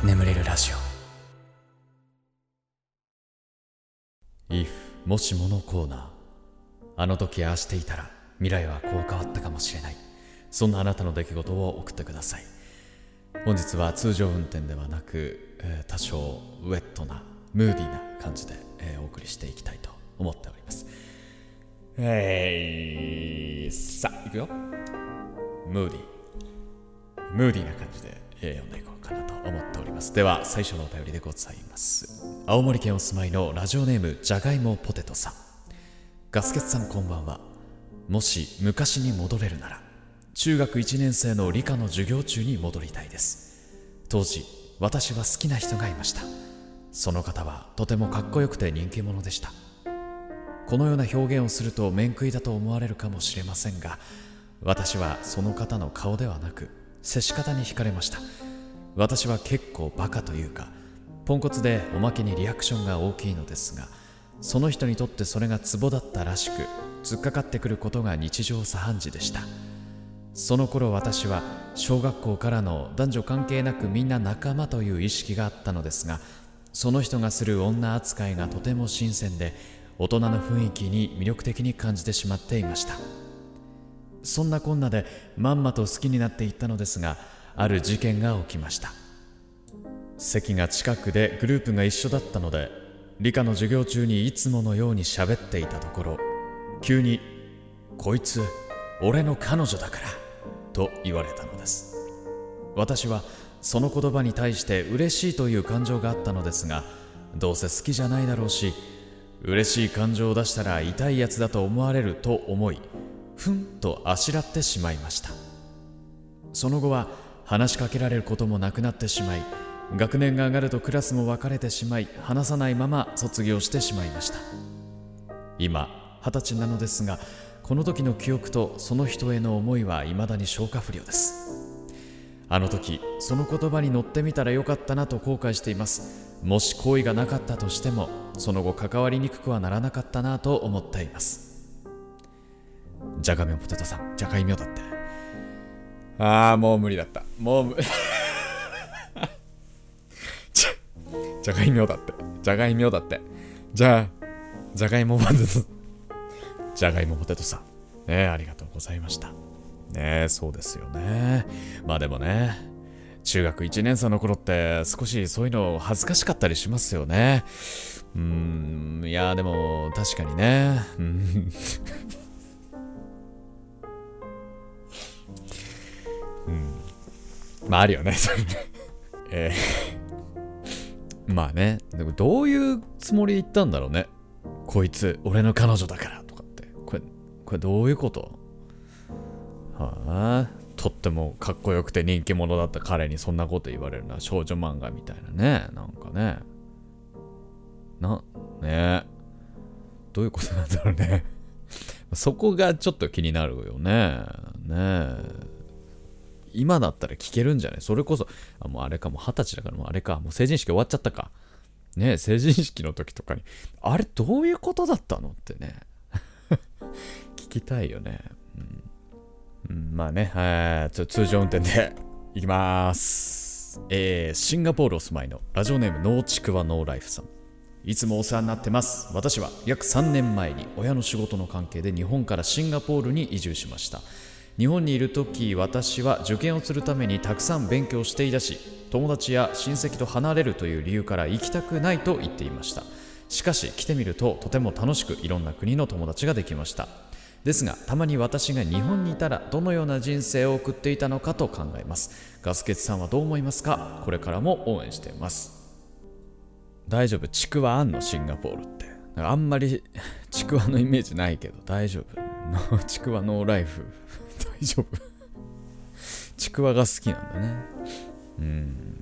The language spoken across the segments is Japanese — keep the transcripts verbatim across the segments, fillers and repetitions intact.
眠れるラジオ。 If もしものコーナー。あの時ああしていたら未来はこう変わったかもしれない。そんなあなたの出来事を送ってください。本日は通常運転ではなく、えー、多少ウェットなムーディーな感じで、えー、お送りしていきたいと思っております。えー、さあ行くよ。ムーディームーディーな感じで、えー、読んでいこうかなと思っております。では最初のお便りでございます。青森県お住まいのラジオネームじゃがいもポテトさん。ガスケツさんこんばんは。もし昔に戻れるなら中学いちねん生の理科の授業中に戻りたいです。当時私は好きな人がいました。その方はとてもかっこよくて人気者でした。このような表現をすると面食いだと思われるかもしれませんが、私はその方の顔ではなく接し方に惹かれました。私は結構バカというかポンコツでおまけにリアクションが大きいのですが、その人にとってそれがツボだったらしく突っかかってくることが日常茶飯事でした。その頃私は小学校からの男女関係なくみんな仲間という意識があったのですが、その人がする女扱いがとても新鮮で大人の雰囲気に魅力的に感じてしまっていました。そんなこんなでまんまと好きになっていったのですが、ある事件が起きました。席が近くでグループが一緒だったので、理科の授業中にいつものように喋っていたところ、急にこいつ俺の彼女だからと言われたのです。私はその言葉に対して嬉しいという感情があったのですが、どうせ好きじゃないだろうし、嬉しい感情を出したら痛いやつだと思われると思い、ふんとあしらってしまいました。その後は話しかけられることもなくなってしまい、学年が上がるとクラスも別れてしまい、話さないまま卒業してしまいました。今二十歳なのですが、この時の記憶とその人への思いは未だに消化不良です。あの時その言葉に乗ってみたらよかったなと後悔しています。もし好意がなかったとしても、その後関わりにくくはならなかったなと思っています。じゃがみょポテトさん、じゃがいみょだって。ああもう無理だった。もう無じゃがいみょだって。じゃがいみょだって。じゃあじゃがいもポテトじゃがいもポテトさんねえ、ありがとうございました。ねえ、そうですよね。まあでもね、中学いちねん生の頃って少しそういうの恥ずかしかったりしますよね。うーん、いやでも確かにね。うんうん、まああるよねそれねえー、まあね、でもどういうつもりで言ったんだろうね。こいつ俺の彼女だからとかって、これこれどういうこと？はあ、とってもかっこよくて人気者だった彼にそんなこと言われるのは少女漫画みたいなね。なんかね、なねどういうことなんだろうねそこがちょっと気になるよね。ねえ、今だったら聞けるんじゃない？それこそあもうあれか、もう二十歳だからもうあれか、もう成人式終わっちゃったかね。成人式の時とかにあれどういうことだったのってね聞きたいよね。うん、うん、まあね、えー、通常運転で行きまーす。えー、シンガポールお住まいのラジオネームノーチクワノーライフさん。いつもお世話になってます。私は約さんねんまえに親の仕事の関係で日本からシンガポールに移住しました。日本にいるとき、私は受験をするためにたくさん勉強していたし、友達や親戚と離れるという理由から行きたくないと言っていました。しかし来てみるととても楽しくいろんな国の友達ができました。ですがたまに私が日本にいたらどのような人生を送っていたのかと考えます。ガスケツさんはどう思いますか？これからも応援しています。大丈夫？ちくわあんの？シンガポールってあんまりちくわのイメージないけど大丈夫？ちくわノーライフ大丈夫ちくわが好きなんだね。うん、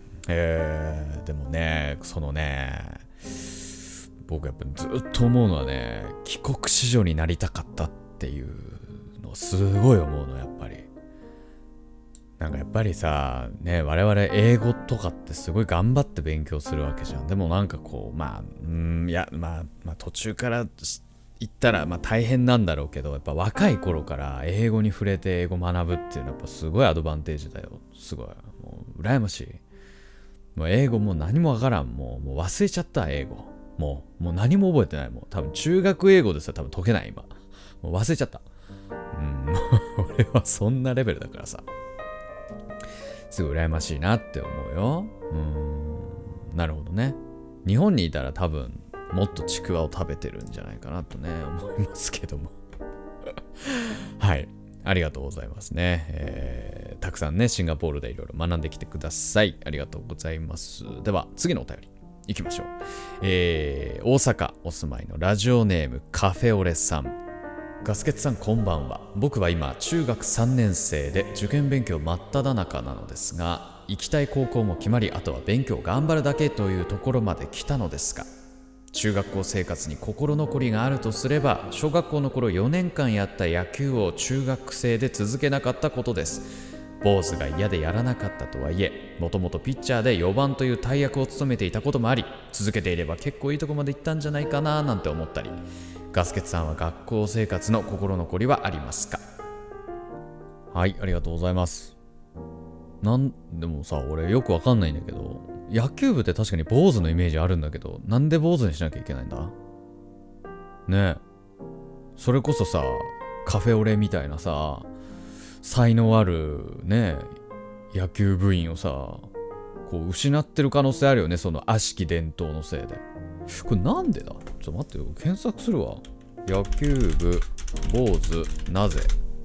えー、でもね、そのね、僕やっぱずっと思うのはね、帰国子女になりたかったっていうのをすごい思うの。やっぱりなんかやっぱりさね、我々英語とかってすごい頑張って勉強するわけじゃん。でもなんかこうまあうんいやまあまあ途中から言ったらまあ大変なんだろうけど、やっぱ若い頃から英語に触れて英語学ぶっていうのはやっぱすごいアドバンテージだよ。すごいもう羨ましい。 もう英語もう何もわからん。もう、もう忘れちゃった、英語。もう、もう何も覚えてない。もう多分中学英語ですら多分解けない、今。もう忘れちゃった。うん、俺はそんなレベルだからさ。すごい羨ましいなって思うよ。うーん、なるほどね。日本にいたら多分、もっとちくわを食べてるんじゃないかなとね、思いますけども。はい。ありがとうございますね、えー。たくさんね、シンガポールでいろいろ学んできてください。ありがとうございます。では、次のお便りいきましょう。えー、大阪お住まいのラジオネームカフェオレさん。ガスケツさんこんばんは。僕は今中学さんねん生で受験勉強真っ只中なのですが、行きたい高校も決まり、あとは勉強頑張るだけというところまで来たのですが、中学校生活に心残りがあるとすれば、小学校の頃よねんかんやった野球を中学生で続けなかったことです。坊主が嫌でやらなかったとはいえ、もともとピッチャーでよばんという大役を務めていたこともあり、続けていれば結構いいとこまで行ったんじゃないかななんて思ったり。ガスケツさんは学校生活の心残りはありますか？はい、ありがとうございます。なんでもさ、俺よくわかんないんだけど、野球部って確かに坊主のイメージあるんだけど、なんで坊主にしなきゃいけないんだねえ。それこそさ、カフェオレみたいなさ、才能あるね野球部員をさ、こう失ってる可能性あるよね、その悪しき伝統のせいで。これなんでだ？ちょっと待ってよ、検索するわ。野球部坊主なぜ。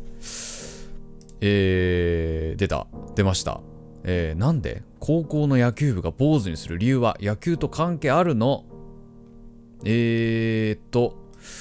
えー、出た出ました。えー、なんで高校の野球部が坊主にする理由は野球と関係あるの？えーっと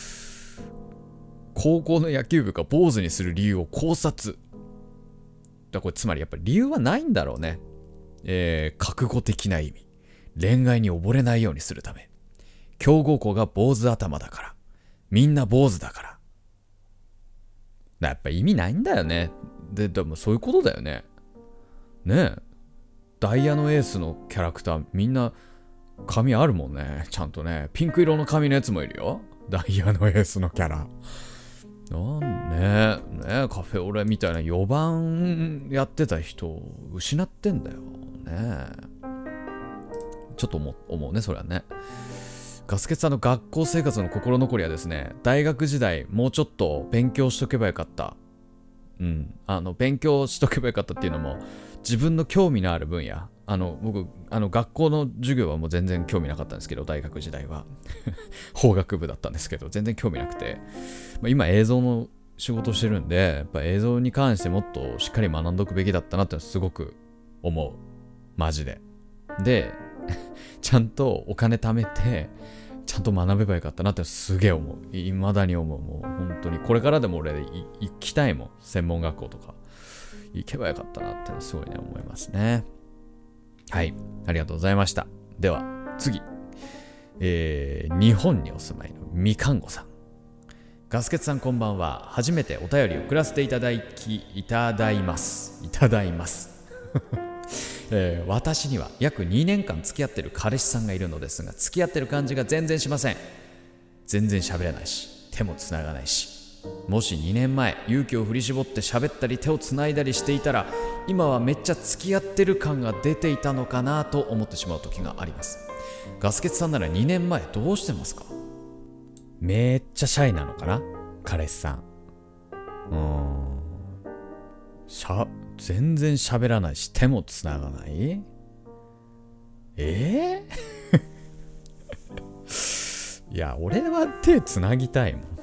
高校の野球部が坊主にする理由を考察だ。これつまりやっぱり理由はないんだろうね。えー、覚悟的な意味、恋愛に溺れないようにするため、強豪校が坊主頭だから、みんな坊主だから。やっぱ意味ないんだよね。で、でもそういうことだよね。ねえ。ダイヤのエースのキャラクター、みんな髪あるもんね。ちゃんとね。ピンク色の髪のやつもいるよ。ダイヤのエースのキャラ。なんねねカフェオレみたいなよばんやってた人を失ってんだよ。ねちょっと思う、思うね、それはね。ガスケツさんの学校生活の心残りはですね、大学時代もうちょっと勉強しとけばよかった。うん、あの勉強しとけばよかったっていうのも、自分の興味のある分野、あの僕あの学校の授業はもう全然興味なかったんですけど、大学時代は法学部だったんですけど全然興味なくて、まあ、今映像の仕事してるんで、やっぱ映像に関してもっとしっかり学んどくべきだったなってすごく思う、マジで。でちゃんとお金貯めてちゃんと学べばよかったなってすげえ思う。いまだに思う。もう本当にこれからでも俺行きたいもん。専門学校とか行けばよかったなってすごいね思いますね。はい、ありがとうございました。では次、えー、日本にお住まいのみかんごさん。ガスケツさんこんばんは。初めてお便りを送らせていただきいただいますいただいますえー、私には約にねんかん付き合ってる彼氏さんがいるのですが、付き合ってる感じが全然しません。全然喋れないし、手もつながないし。もしにねんまえ勇気を振り絞って喋ったり手をつないだりしていたら、今はめっちゃ付き合ってる感が出ていたのかなと思ってしまう時があります。ガスケツさんならにねんまえどうしてますか？めっちゃシャイなのかな、彼氏さん。うーんしゃ全然喋らないし手もつながない。えー、いや俺は手つなぎたいもん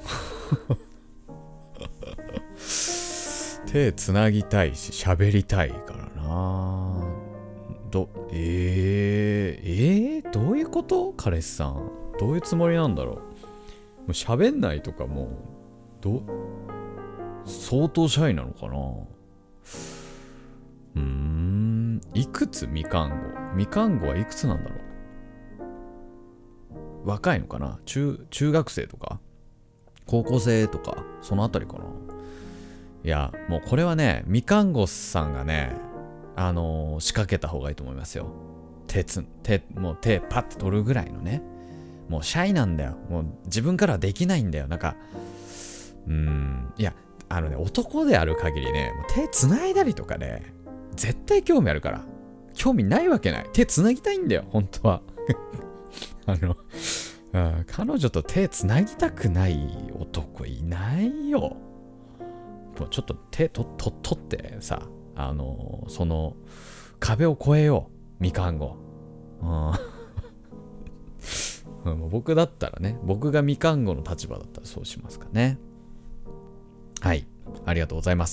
手つなぎたいし喋りたいからな。どえー、えー、どういうこと？彼氏さんどういうつもりなんだろう。もう喋んないとかもうど相当シャイなのかな。うーんいくつみかんごみかんごはいくつなんだろう。若いのかな。中中学生とか高校生とかそのあたりかな。いやもうこれはねみかんごさんがねあのー、仕掛けた方がいいと思いますよ。手つ手もう手パッて取るぐらいのね。もうシャイなんだよ。もう自分からはできないんだよ。なんかうーんいやあのね男である限りね、もう手つないだりとかね絶対興味あるから。 興味ないわけない。手つなぎたいんだよ本当はあのあ彼女と手つなぎたくない男いないよ。もうちょっと手とと取ってさ、あのその壁を越えよう、みかんご。うん、僕だったらね、僕がみかんごの立場だったらそうしますかね。はい、ありがとうございます。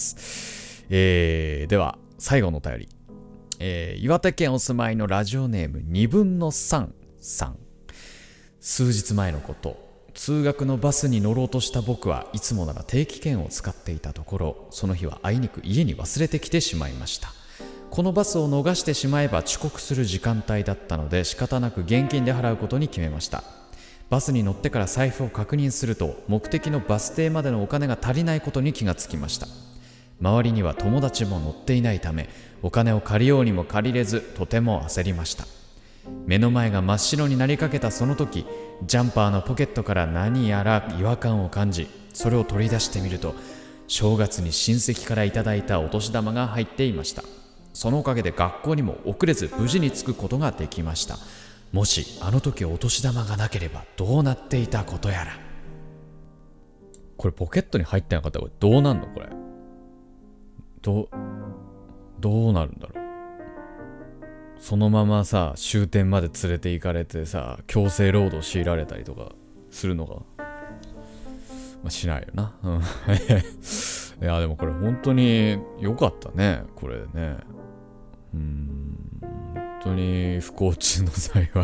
えー、では最後のお便り、えー、岩手県お住まいのラジオネームにぶんのさんさん。数日前のこと、通学のバスに乗ろうとした僕はいつもなら定期券を使っていたところ、その日はあいにく家に忘れてきてしまいました。このバスを逃してしまえば遅刻する時間帯だったので、仕方なく現金で払うことに決めました。バスに乗ってから財布を確認すると、目的のバス停までのお金が足りないことに気がつきました。周りには友達も乗っていないため、お金を借りようにも借りれず、とても焦りました。目の前が真っ白になりかけたその時、ジャンパーのポケットから何やら違和感を感じ、それを取り出してみると、正月に親戚からいただいたお年玉が入っていました。そのおかげで学校にも遅れず無事に着くことができました。もしあの時お年玉がなければどうなっていたことやら。これポケットに入ってなかったらこれどうなんの？これどうどうなるんだろう。そのままさ終点まで連れて行かれてさ、強制労働強いられたりとかするのが、まあ、しないよな。いやでもこれ本当に良かったね、これね。うーん、本当に不幸中の幸い。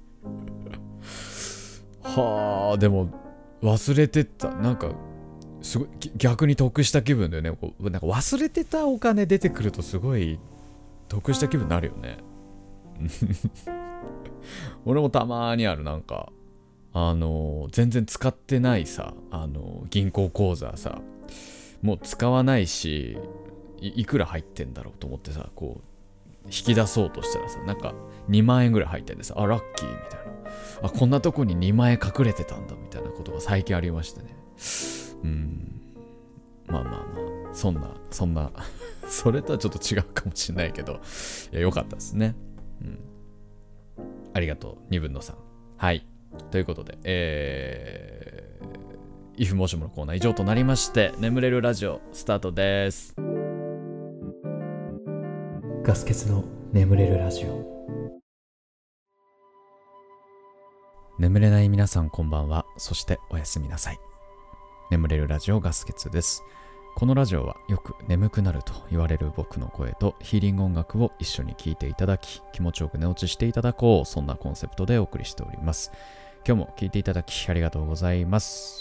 はあ、でも忘れてた、なんかすごい逆に得した気分だよね。こうなんか忘れてたお金出てくるとすごい得した気分になるよね。俺もたまにある、なんかあの全然使ってないさ、あの銀行口座さ、もう使わないし い, いくら入ってんだろうと思ってさ、こう引き出そうとしたらさ、なんかにまんえんぐらい入っててさ、あラッキーみたいな、あこんなとこににまんえん隠れてたんだみたいなことが最近ありましてね。うーん、まあまあまあそんなそんなそれとはちょっと違うかもしれないけど、いや良かったですね。うん、ありがとうにぶんのさん。はい、ということで、えー、イフモーションのコーナー以上となりまして、眠れるラジオスタートです。ガス欠の眠れるラジオ。眠れない皆さんこんばんは。そしておやすみなさい。眠れるラジオガス欠です。このラジオはよく眠くなると言われる僕の声とヒーリング音楽を一緒に聴いていただき、気持ちよく寝落ちしていただこう、そんなコンセプトでお送りしております。今日も聴いていただきありがとうございます。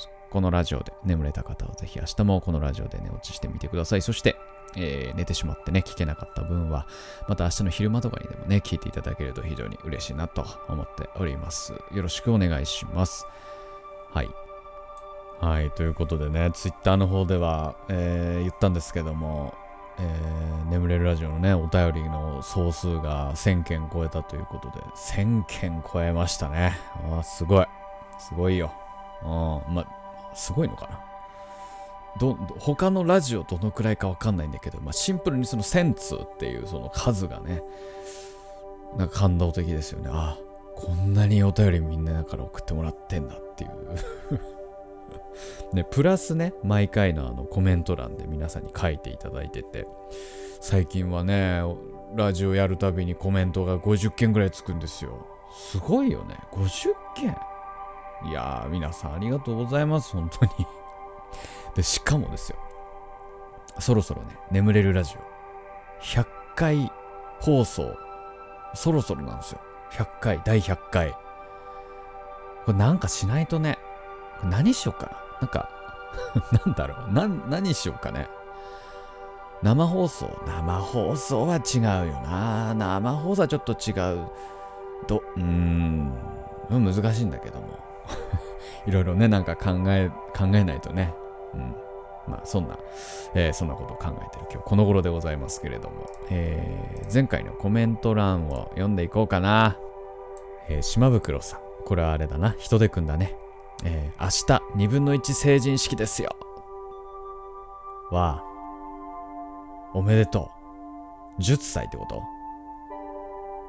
このラジオで眠れた方はぜひ明日もこのラジオで寝落ちしてみてください。そして、えー、寝てしまってね聞けなかった分はまた明日の昼間とかにでもね聞いていただけると非常に嬉しいなと思っております。よろしくお願いします。はいはい、ということでね、ツイッターの方では、えー、言ったんですけども、えー、眠れるラジオのねお便りの総数がせんけん超えたということで、せんけん超えましたね。あすごいすごいよ。あまあすごいのかな、ど他のラジオどのくらいか分かんないんだけど、まあ、シンプルにそのせんつうっていうその数がね、なんか感動的ですよね。あこんなにお便りみんなだから送ってもらってんだっていうでプラスね、毎回のあのコメント欄で皆さんに書いていただいてて、最近はねラジオやるたびにコメントがごじゅっけんぐらいつくんですよ。すごいよね、ごじゅっけん。いやー皆さんありがとうございます本当に。でしかもですよ、そろそろね眠れるラジオひゃっかい放送そろそろなんですよ。ひゃっかい、だいひゃっかい。これなんかしないとね。何しようかな。なんかなんだろうな、何しようかね。生放送生放送は違うよな。生放送はちょっと違う。どうーん難しいんだけどもいろいろねなんか考え考えないとね。うんまあそんな、えー、そんなことを考えてる今日この頃でございますけれども、えー、前回のコメント欄を読んでいこうかな。えー、島袋さん、これはあれだな、人手くんだね。えー、明日にぶんのいち成人式ですよ。わあおめでとう。じゅっさいってこと？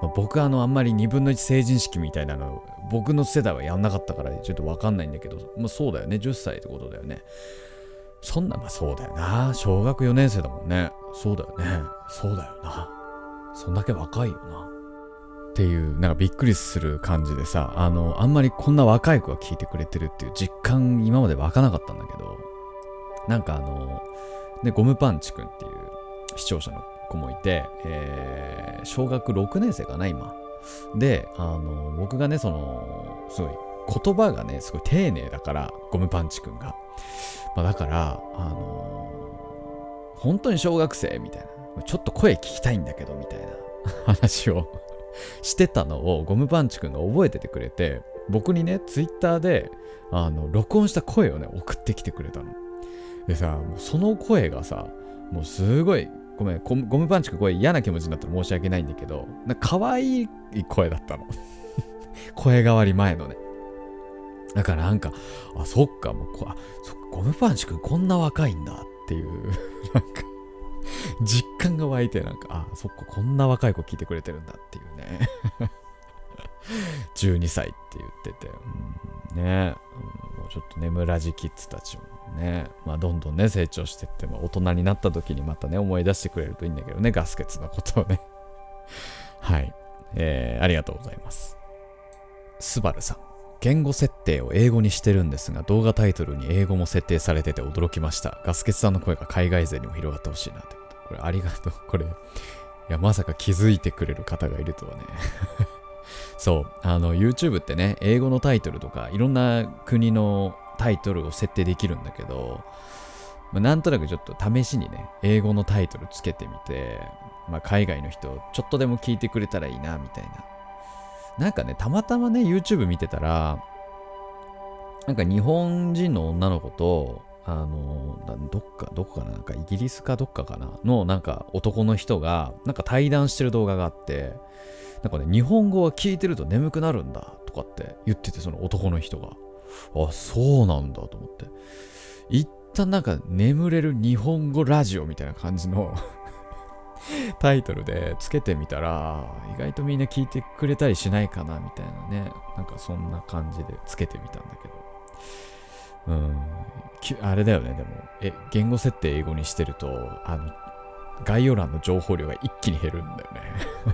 まあ、僕あのあんまりにぶんのいち成人式みたいなの僕の世代はやんなかったからちょっとわかんないんだけど、まあそうだよね、じゅっさいってことだよね。そんな、まあそうだよな、小学よねん生だもんね。そうだよね、そうだよな、そんだけ若いよなっていう、なんかびっくりする感じでさ、あのあんまりこんな若い子が聞いてくれてるっていう実感今まで湧かなかったんだけど、なんかあのね、ゴムパンチくんっていう視聴者の子もいて、えー、小学ろくねん生かな今で、あの僕がね、そのすごい言葉がねすごい丁寧だから、ゴムパンチくんが、まあ、だからあの本当に小学生みたいな、ちょっと声聞きたいんだけどみたいな話をしてたのをゴムパンチくんが覚えててくれて、僕にねツイッターであの録音した声をね送ってきてくれたのでさ、もうその声がさ、もうすごい、ごめん、ゴムパンチくん声嫌な気持ちになったら申し訳ないんだけど、なんか可愛い声だったの声変わり前のね。だからなんか、あ、そっか、もうこ、あ、そっか、ゴムパンチくんこんな若いんだっていうなんか実感が湧いて、なんか、あ、そっか、こんな若い子聞いてくれてるんだっていうねじゅうにさいって言ってて、うん、ね、うん、もうちょっとね、村地キッズたちもね、まあどんどんね成長してって、まあ、大人になった時にまたね思い出してくれるといいんだけどね、ガスケツのことをねはい、えー、ありがとうございます。スバルさん、言語設定を英語にしてるんですが、動画タイトルに英語も設定されてて驚きました。ガスケツさんの声が海外勢にも広がってほしいなってこと。これありがとう。これ、いや、まさか気づいてくれる方がいるとはねそう、あの YouTube ってね、英語のタイトルとかいろんな国のタイトルを設定できるんだけど、まあ、なんとなくちょっと試しにね英語のタイトルつけてみて、まあ、海外の人ちょっとでも聞いてくれたらいいなみたいな。なんかね、たまたまね YouTube 見てたら、なんか日本人の女の子と、あのどっかどこかな、なんかイギリスかどっかかなのなんか男の人がなんか対談してる動画があって、なんかね、日本語は聞いてると眠くなるんだとかって言ってて、その男の人が、あ、そうなんだと思って、一旦なんか眠れる日本語ラジオみたいな感じのタイトルでつけてみたら、意外とみんな聞いてくれたりしないかなみたいなね、なんかそんな感じでつけてみたんだけど、うん、あれだよね。でもえ言語設定英語にしてると、あの概要欄の情報量が一気に減るんだよね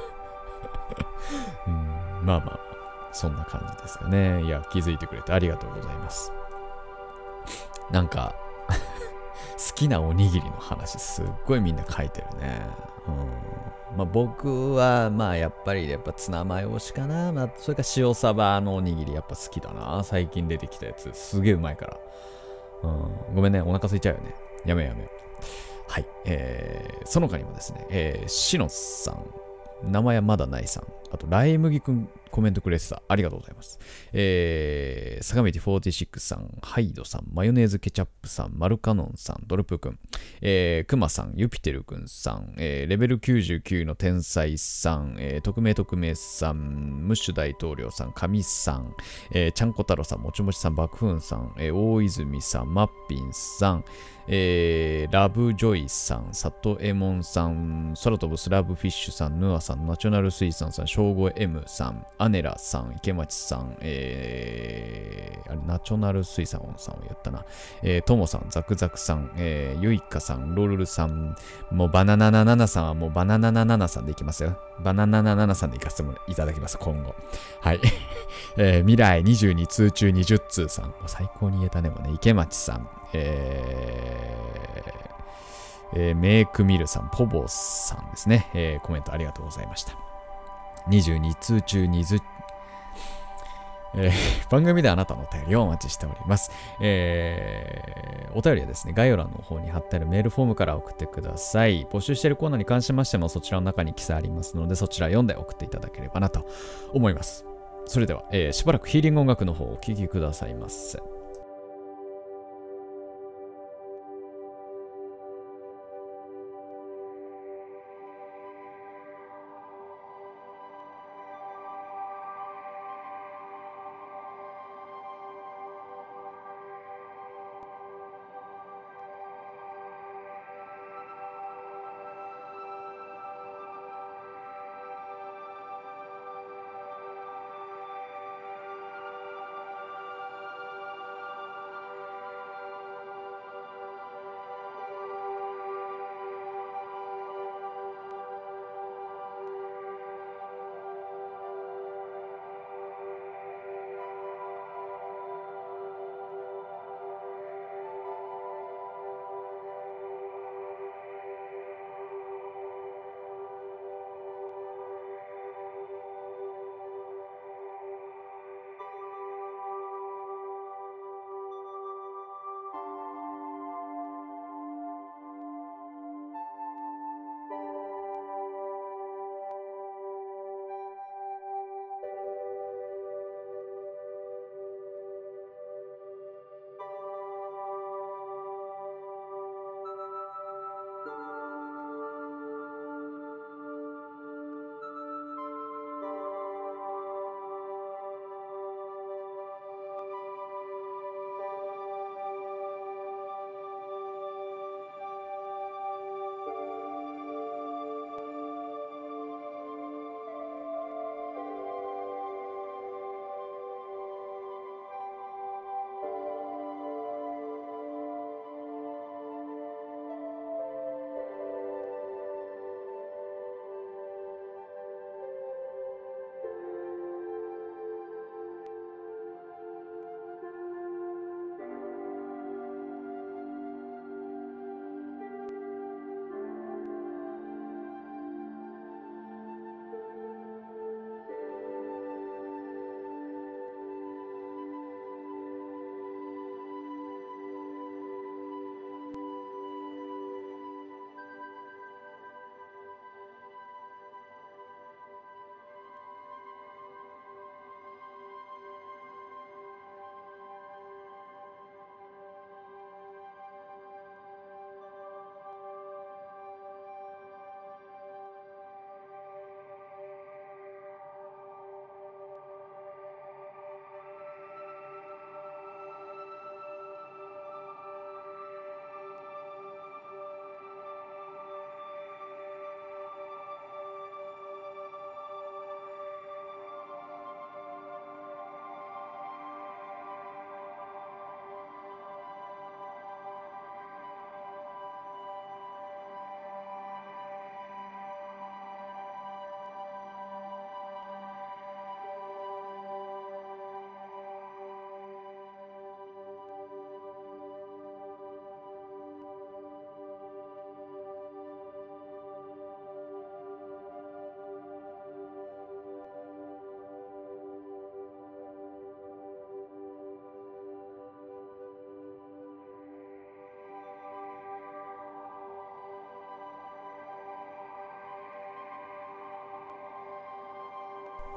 うん、まあまあそんな感じですかね。いや、気づいてくれてありがとうございます。なんか好きなおにぎりの話すっごいみんな書いてるね。うん、まあ僕はまあやっぱりやっぱツナマヨ推しかな。まあそれか塩サバのおにぎりやっぱ好きだな。最近出てきたやつすげえうまいから。うん、ごめんね、お腹空いちゃうよね。やめようやめよう。はい、えー、その他にもですね、えー、しのさん、名前はまだないさん、あとライ麦くんコメントくれてた、ありがとうございます。えー、坂道よんじゅうろくさん、ハイドさん、マヨネーズケチャップさん、マルカノンさん、ドルプくん、えー、クマさん、ユピテルくんさん、えー、レベルきゅうじゅうきゅうの天才さん、えー、匿名匿名さん、ムッシュ大統領さん、神さん、えー、ちゃんこ太郎さん、もちもちさん、バクフンさん、えー、大泉さん、マッピンさん、えー、ラブジョイさん、サトエモンさん、空飛ぶスラブフィッシュさん、ヌアさん、ナチョナル水産さん、ショーゴ M さん、アネラさん、池町さん、えー、あれナチョナル水産さんを言ったな、えー、トモさん、ザクザクさん、えー、ユイカさん、ロルルさん、もうバナナナナナさんはもうバナナナナナさんでいきますよ。バナナナナナさんでいかせていただきます、今後。はい。えー、未来にじゅうに通中にじゅう通さん、もう最高に言えたねもね、池町さん、えーえー、メイクミルさん、ポボさんですね、えー、コメントありがとうございました。にじゅうに通中にじゅう、えー、番組であなたのお便りをお待ちしております。えー、お便りはですね、概要欄の方に貼ってあるメールフォームから送ってください。募集しているコーナーに関しましてもそちらの中に記載ありますので、そちら読んで送っていただければなと思います。それでは、えー、しばらくヒーリング音楽の方をお聴きくださいませ。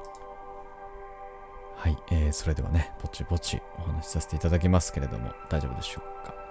はい、えー、それではね、ぼちぼちお話しさせていただきますけれども、大丈夫でしょうか。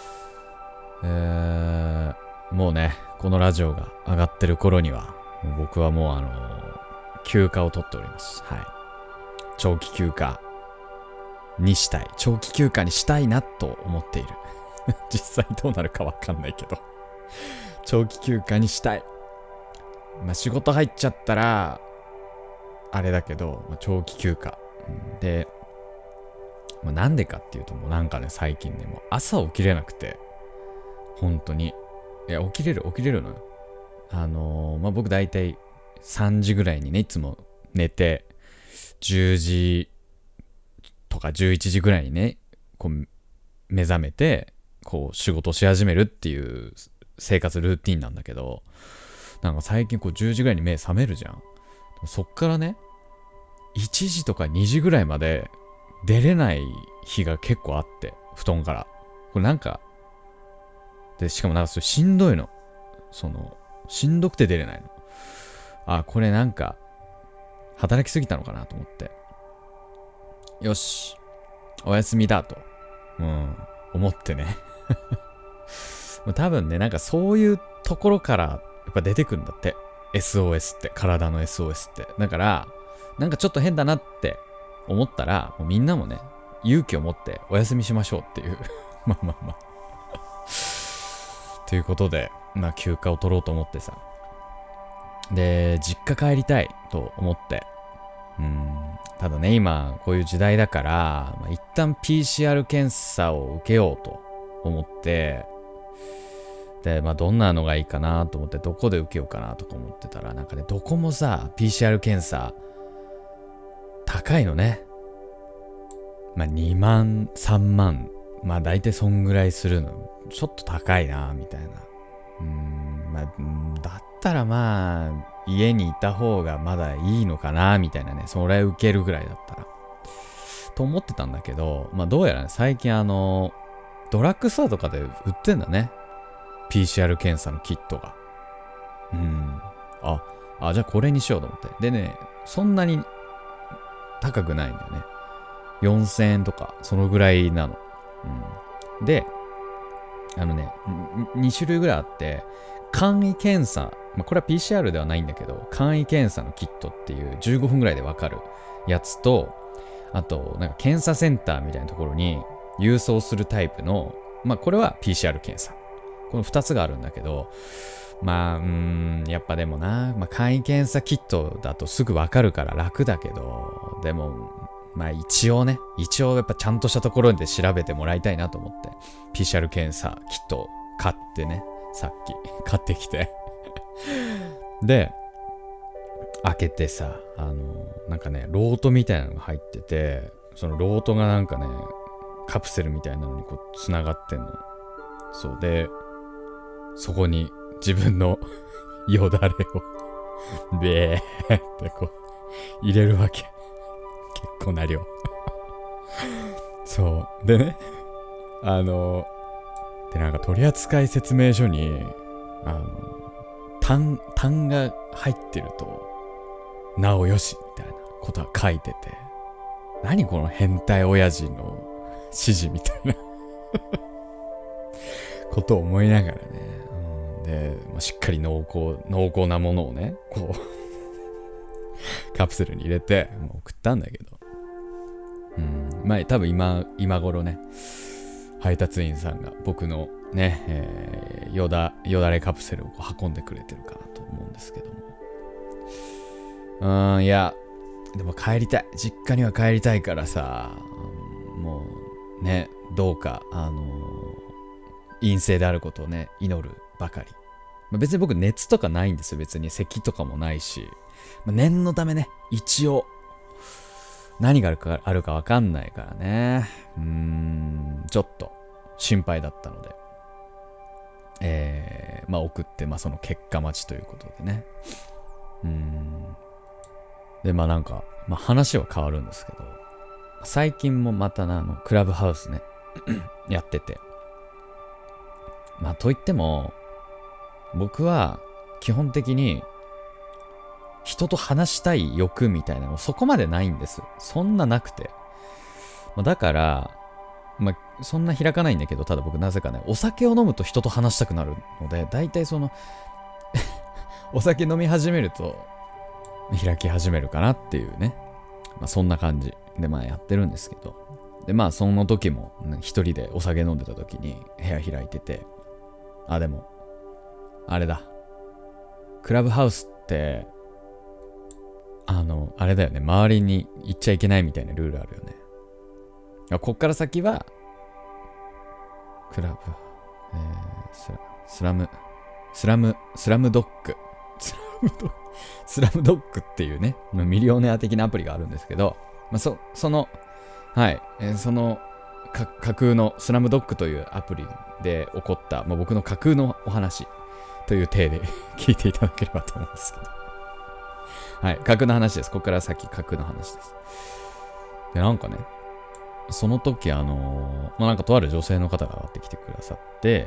えー、もうね、このラジオが上がってる頃には、もう僕はもうあのー、休暇を取っております。はい。長期休暇にしたい。長期休暇にしたいなと思っている。実際どうなるかわかんないけど。長期休暇にしたい。まあ仕事入っちゃったら、あれだけど、まあ、長期休暇。で、まあ、なんでかっていうともうなんかね、最近ね、もう朝起きれなくて、本当に。いや、起きれる、起きれるのよ。あのー、まあ僕大体さんじぐらいにね、いつも寝て、じゅうじとかじゅういちじぐらいにね、こう目覚めて、こう仕事し始めるっていう生活ルーティンなんだけど、なんか最近こうじゅうじぐらいに目覚めるじゃん。そっからね、いちじとかにじぐらいまで出れない日が結構あって、布団から。これなんか、で、しかもなんかそれしんどいの。その、しんどくて出れないの。あ、これなんか、働きすぎたのかなと思って。よし、お休みだと。うん、思ってね。多分ね、なんかそういうところからやっぱ出てくるんだって。エスオーエス って、体の エスオーエス って。だから、なんかちょっと変だなって思ったら、もうみんなもね、勇気を持ってお休みしましょうっていう。まあまあまあ。ということで、まあ休暇を取ろうと思ってさ。で、実家帰りたいと思って。うん、ただね、今こういう時代だから、まあ、一旦 ピーシーアール 検査を受けようと思って、で、まあどんなのがいいかなと思って、どこで受けようかなとか思ってたら、なんかね、どこもさ、ピーシーアール 検査、高いのね。まあにまん、さんまん、まあ大体そんぐらいするの。ちょっと高いな、みたいな。うーん、まあ、だったらまあ、家にいた方がまだいいのかな、みたいなね。それ受けるぐらいだったら。と思ってたんだけど、まあどうやらね、最近あの、ドラッグストアとかで売ってんだね。ピーシーアール 検査のキットが。うん。あ、あ、じゃあこれにしようと思って。でね、そんなに高くないんだよね。よんせんえんとか、そのぐらいなの。うん。で、あのね、に種類ぐらいあって、簡易検査、まあ、これは ピーシーアール ではないんだけど、簡易検査のキットっていうじゅうごふんぐらいでわかるやつと、あと、なんか検査センターみたいなところに郵送するタイプの、まあこれは ピーシーアール 検査。このふたつがあるんだけど、まあ、うーん、やっぱでもな、まあ簡易検査キットだとすぐわかるから楽だけど、でも、まあ一応ね、一応やっぱちゃんとしたところで調べてもらいたいなと思って、ピーシーアール 検査キットを買ってね、さっき買ってきてで、開けてさ、あの、なんかね、ロートみたいなのが入ってて、そのロートがなんかね、カプセルみたいなのにこう繋がってんの。そうで、そこに自分のよだれをべーってこう入れるわけ。結構な量。そう。でね、あの、でなんか取扱説明書に、あの、痰、痰が入ってると、なおよし、みたいなことは書いてて、何この変態親父の指示みたいなことを思いながらね、うん、で、まあ、しっかり濃厚、濃厚なものをね、こう、カプセルに入れて、もう送ったんだけど、うん、まあ多分今、今頃ね、配達員さんが僕のね、えー、よだ、よだれカプセルをこう運んでくれてるかなと思うんですけども。うーん、いや、でも帰りたい。実家には帰りたいからさ、うん、もうね、どうか、あのー、陰性であることをね、祈るばかり。まあ、別に僕熱とかないんですよ。別に咳とかもないし。まあ、念のためね、一応、何があるか、あるかわかんないからね。うーん、ちょっと心配だったので。えー、まあ送って、まあその結果待ちということでね。うーん。で、まあなんか、まあ話は変わるんですけど、最近もまたな、あの、クラブハウスね、やってて。まあといっても、僕は基本的に人と話したい欲みたいなのそこまでないんです。そんななくて。まあ、だから、まあ、そんな開かないんだけど、ただ僕なぜかね、お酒を飲むと人と話したくなるので、だいたいその、お酒飲み始めると、開き始めるかなっていうね。まあ、そんな感じで、まあやってるんですけど。で、まあその時も、一人でお酒飲んでた時に部屋開いてて、あ、でも、あれだ。クラブハウスって、あの、あれだよね。周りに行っちゃいけないみたいなルールあるよね。こっから先は、クラブ、えー、スラ、スラム、スラム、スラムドッグ。スラムドッグ、スラムドッグっていうね、ミリオネア的なアプリがあるんですけど、まあ、そ、その、はい、えー、その、か架空のスラムドッグというアプリで起こった、まあ、僕の架空のお話という体で聞いていただければと思うんですけど。はい、架空の話です。ここから先架空の話です。で、なんかね、その時あのー、まあ、なんかとある女性の方が上がってきてくださって、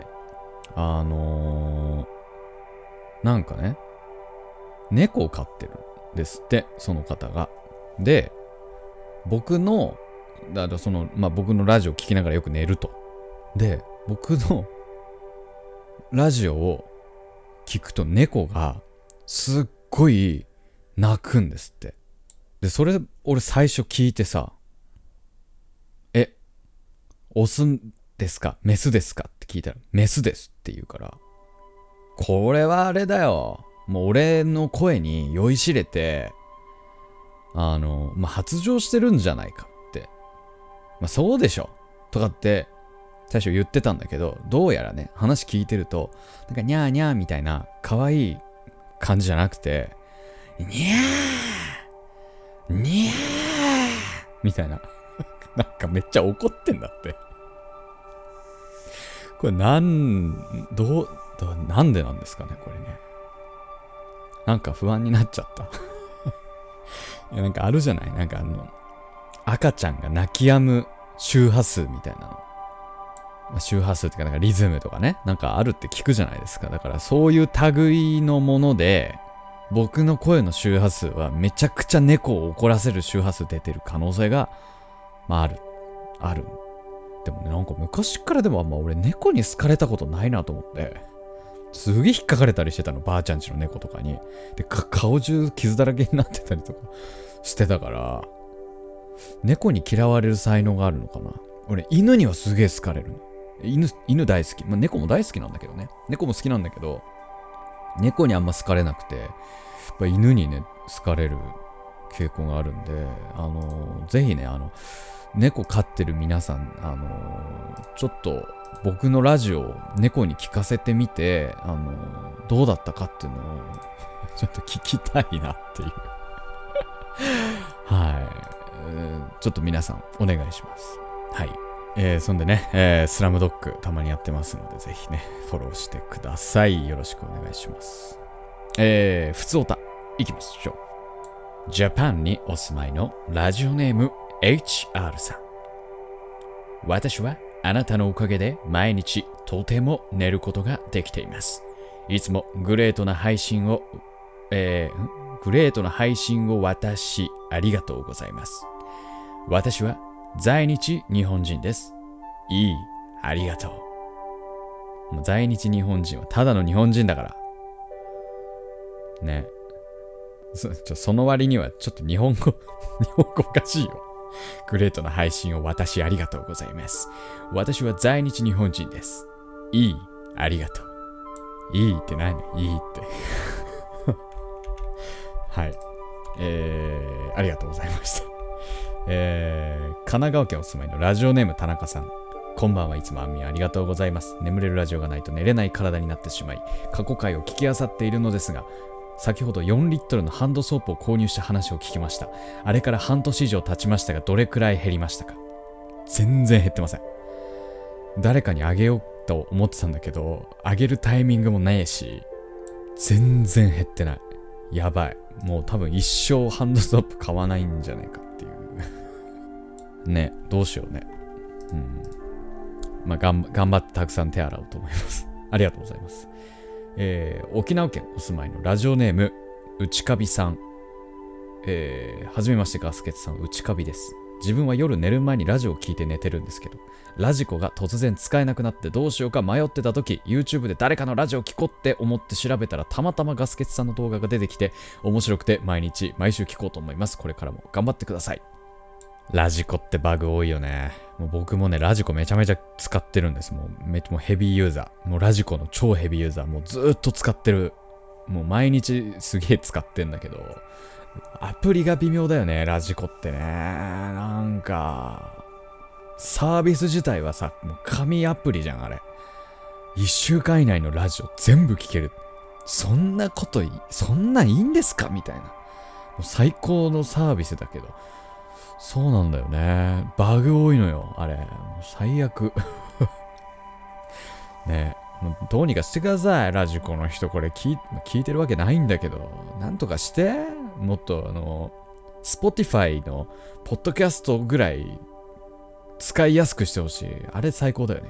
あのー、なんかね、猫を飼ってるんですって、その方が。で、僕の、だからその、まあ、僕のラジオ聞きながらよく寝ると。で、僕のラジオを聞くと猫がすっごい泣くんですって。で、それ俺最初聞いてさ、え、オスですかメスですかって聞いたら、メスですって言うから、これはあれだよ。もう俺の声に酔いしれて、あの、まあ、発情してるんじゃないかって。まあ、そうでしょ。とかって、最初言ってたんだけど、どうやらね、話聞いてると、なんかニャーニャーみたいな可愛い感じじゃなくて、ニャーニャーみたいな。なんかめっちゃ怒ってんだって。これなん、どう、どなんでなんですかね、これね。なんか不安になっちゃった。いやなんかあるじゃないなんかあの、赤ちゃんが泣き止む周波数みたいなの。まあ、周波数っていうか、なんかリズムとかね、なんかあるって聞くじゃないですか。だからそういう類のもので、僕の声の周波数はめちゃくちゃ猫を怒らせる周波数出てる可能性が、まあある。ある。でもね、なんか昔からでもあんま俺猫に好かれたことないなと思って、すげえ引っかかれたりしてたの、ばあちゃんちの猫とかに。で、顔中傷だらけになってたりとかしてたから、猫に嫌われる才能があるのかな。俺、犬にはすげえ好かれるの。犬、犬大好き。まあ、猫も大好きなんだけどね。猫も好きなんだけど、猫にあんま好かれなくて、やっぱ犬にね、好かれる傾向があるんで、あのー、ぜひね、あの、猫飼ってる皆さん、あのー、ちょっと僕のラジオを猫に聞かせてみて、あのー、どうだったかっていうのをちょっと聞きたいなっていうはい、えー、ちょっと皆さんお願いします。はい、えー、そんでね、えー、スラムドッグたまにやってますので、ぜひねフォローしてください。よろしくお願いします。えー、ふつおたいきましょう。ジャパンにお住まいのラジオネーム エイチアール さん。私はあなたのおかげで毎日とても寝ることができています。いつもグレートな配信を、えー、グレートな配信を私ありがとうございます。私は在日日本人です。いい、ありがとう。もう在日日本人はただの日本人だから。ね。そ, ちょその割にはちょっと日本語、日本語おかしいよ。グレートな配信を私ありがとうございます。私は在日日本人です。いい、ありがとう。いいって何？いいって。はい。えー、ありがとうございました。えー、神奈川県お住まいのラジオネーム田中さん。こんばんはいつも安眠ありがとうございます。眠れるラジオがないと寝れない体になってしまい、過去回を聞き漁っているのですが、先ほどよんリットルのハンドソープを購入した話を聞きました。あれから半年以上経ちましたが、どれくらい減りましたか？全然減ってません。誰かにあげようと思ってたんだけど、あげるタイミングもないし、全然減ってない。やばい。もう多分一生ハンドソープ買わないんじゃないかっていうね、どうしようね。うん。まあ、頑張ってたくさん手洗おうと思います。ありがとうございます。えー、沖縄県お住まいのラジオネーム内カビさん。 えー、はじめましてガスケツさん、内カビです。自分は夜寝る前にラジオを聞いて寝てるんですけど、ラジコが突然使えなくなってどうしようか迷ってた時、 YouTube で誰かのラジオ聞こうって思って調べたら、たまたまガスケツさんの動画が出てきて面白くて、毎日毎週聞こうと思います。これからも頑張ってください。ラジコってバグ多いよね。もう僕もねラジコめちゃめちゃ使ってるんです。もうめもうヘビーユーザー、もうラジコの超ヘビーユーザー、もうずーっと使ってる。もう毎日すげえ使ってんだけど、アプリが微妙だよね、ラジコってね。なんかサービス自体はさ、もう紙アプリじゃん、あれ。いっしゅうかん以内のラジオ全部聞ける。そんなこといそんなんいいんですかみたいな。もう最高のサービスだけど、そうなんだよね。バグ多いのよ、あれ。もう最悪ねえ、もうどうにかしてください、ラジコの人。これ聞い、聞いてるわけないんだけど、なんとかして。もっとあの Spotify のポッドキャストぐらい使いやすくしてほしい。あれ最高だよね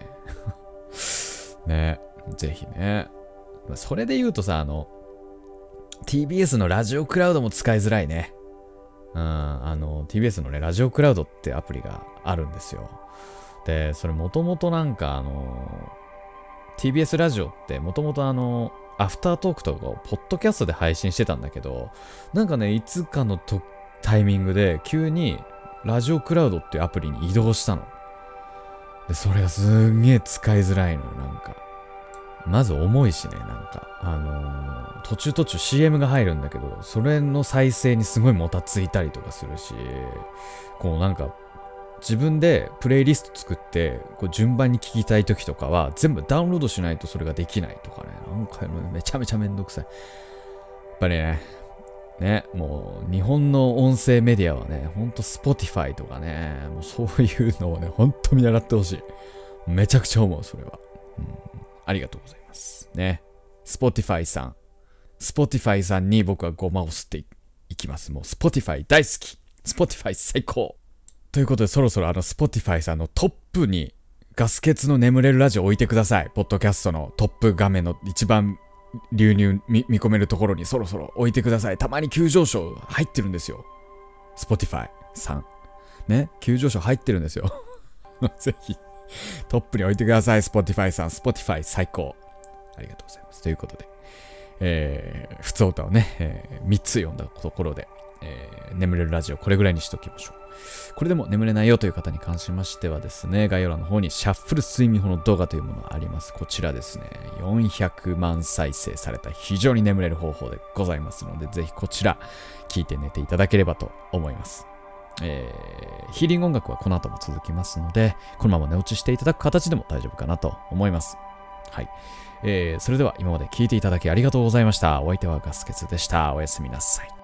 ね、ぜひね。それで言うとさ、あの ティービーエス のラジオクラウドも使いづらいね。うん、あの ティービーエス のねラジオクラウドってアプリがあるんですよ。でそれもともとなんかあの ティービーエス ラジオってもともとあのアフタートークとかをポッドキャストで配信してたんだけど、なんかねいつかのとタイミングで急にラジオクラウドっていうアプリに移動したの。でそれがすんげえ使いづらいのよ。なんかまず重いしね、なんかあのー、途中途中 シーエム が入るんだけど、それの再生にすごいもたついたりとかするし、こうなんか自分でプレイリスト作ってこう順番に聞きたい時とかは全部ダウンロードしないとそれができないとかね、なんかめちゃめちゃめんどくさい。やっぱりね、ね、もう日本の音声メディアはね、ほんと Spotify とかね、もうそういうのをね、ほんと見習ってほしい。めちゃくちゃ思う、それは。うん、ありがとうございますね。Spotify さん、Spotify さんに僕はごまを吸っていきます。もう Spotify 大好き。Spotify 最高。ということで、そろそろあの Spotify さんのトップにガス欠の眠れるラジオ置いてください。ポッドキャストのトップ画面の一番流入 見, 見込めるところにそろそろ置いてください。たまに急上昇入ってるんですよ。Spotify さん。ね、急上昇入ってるんですよ。ぜひトップに置いてください。Spotify さん。Spotify 最高。ありがとうございます。ということで、えー、普通歌をね、えー、みっつ読んだところで、えー、眠れるラジオこれぐらいにしときましょう。これでも眠れないよという方に関しましてはですね、概要欄の方にシャッフル睡眠法の動画というものがあります。こちらですね、よんひゃくまん再生された非常に眠れる方法でございますので、ぜひこちら聞いて寝ていただければと思います。えー、ヒーリング音楽はこの後も続きますので、このまま寝落ちしていただく形でも大丈夫かなと思います。はい、えー、それでは今まで聞いていただきありがとうございました。お相手はガスケツでした。おやすみなさい。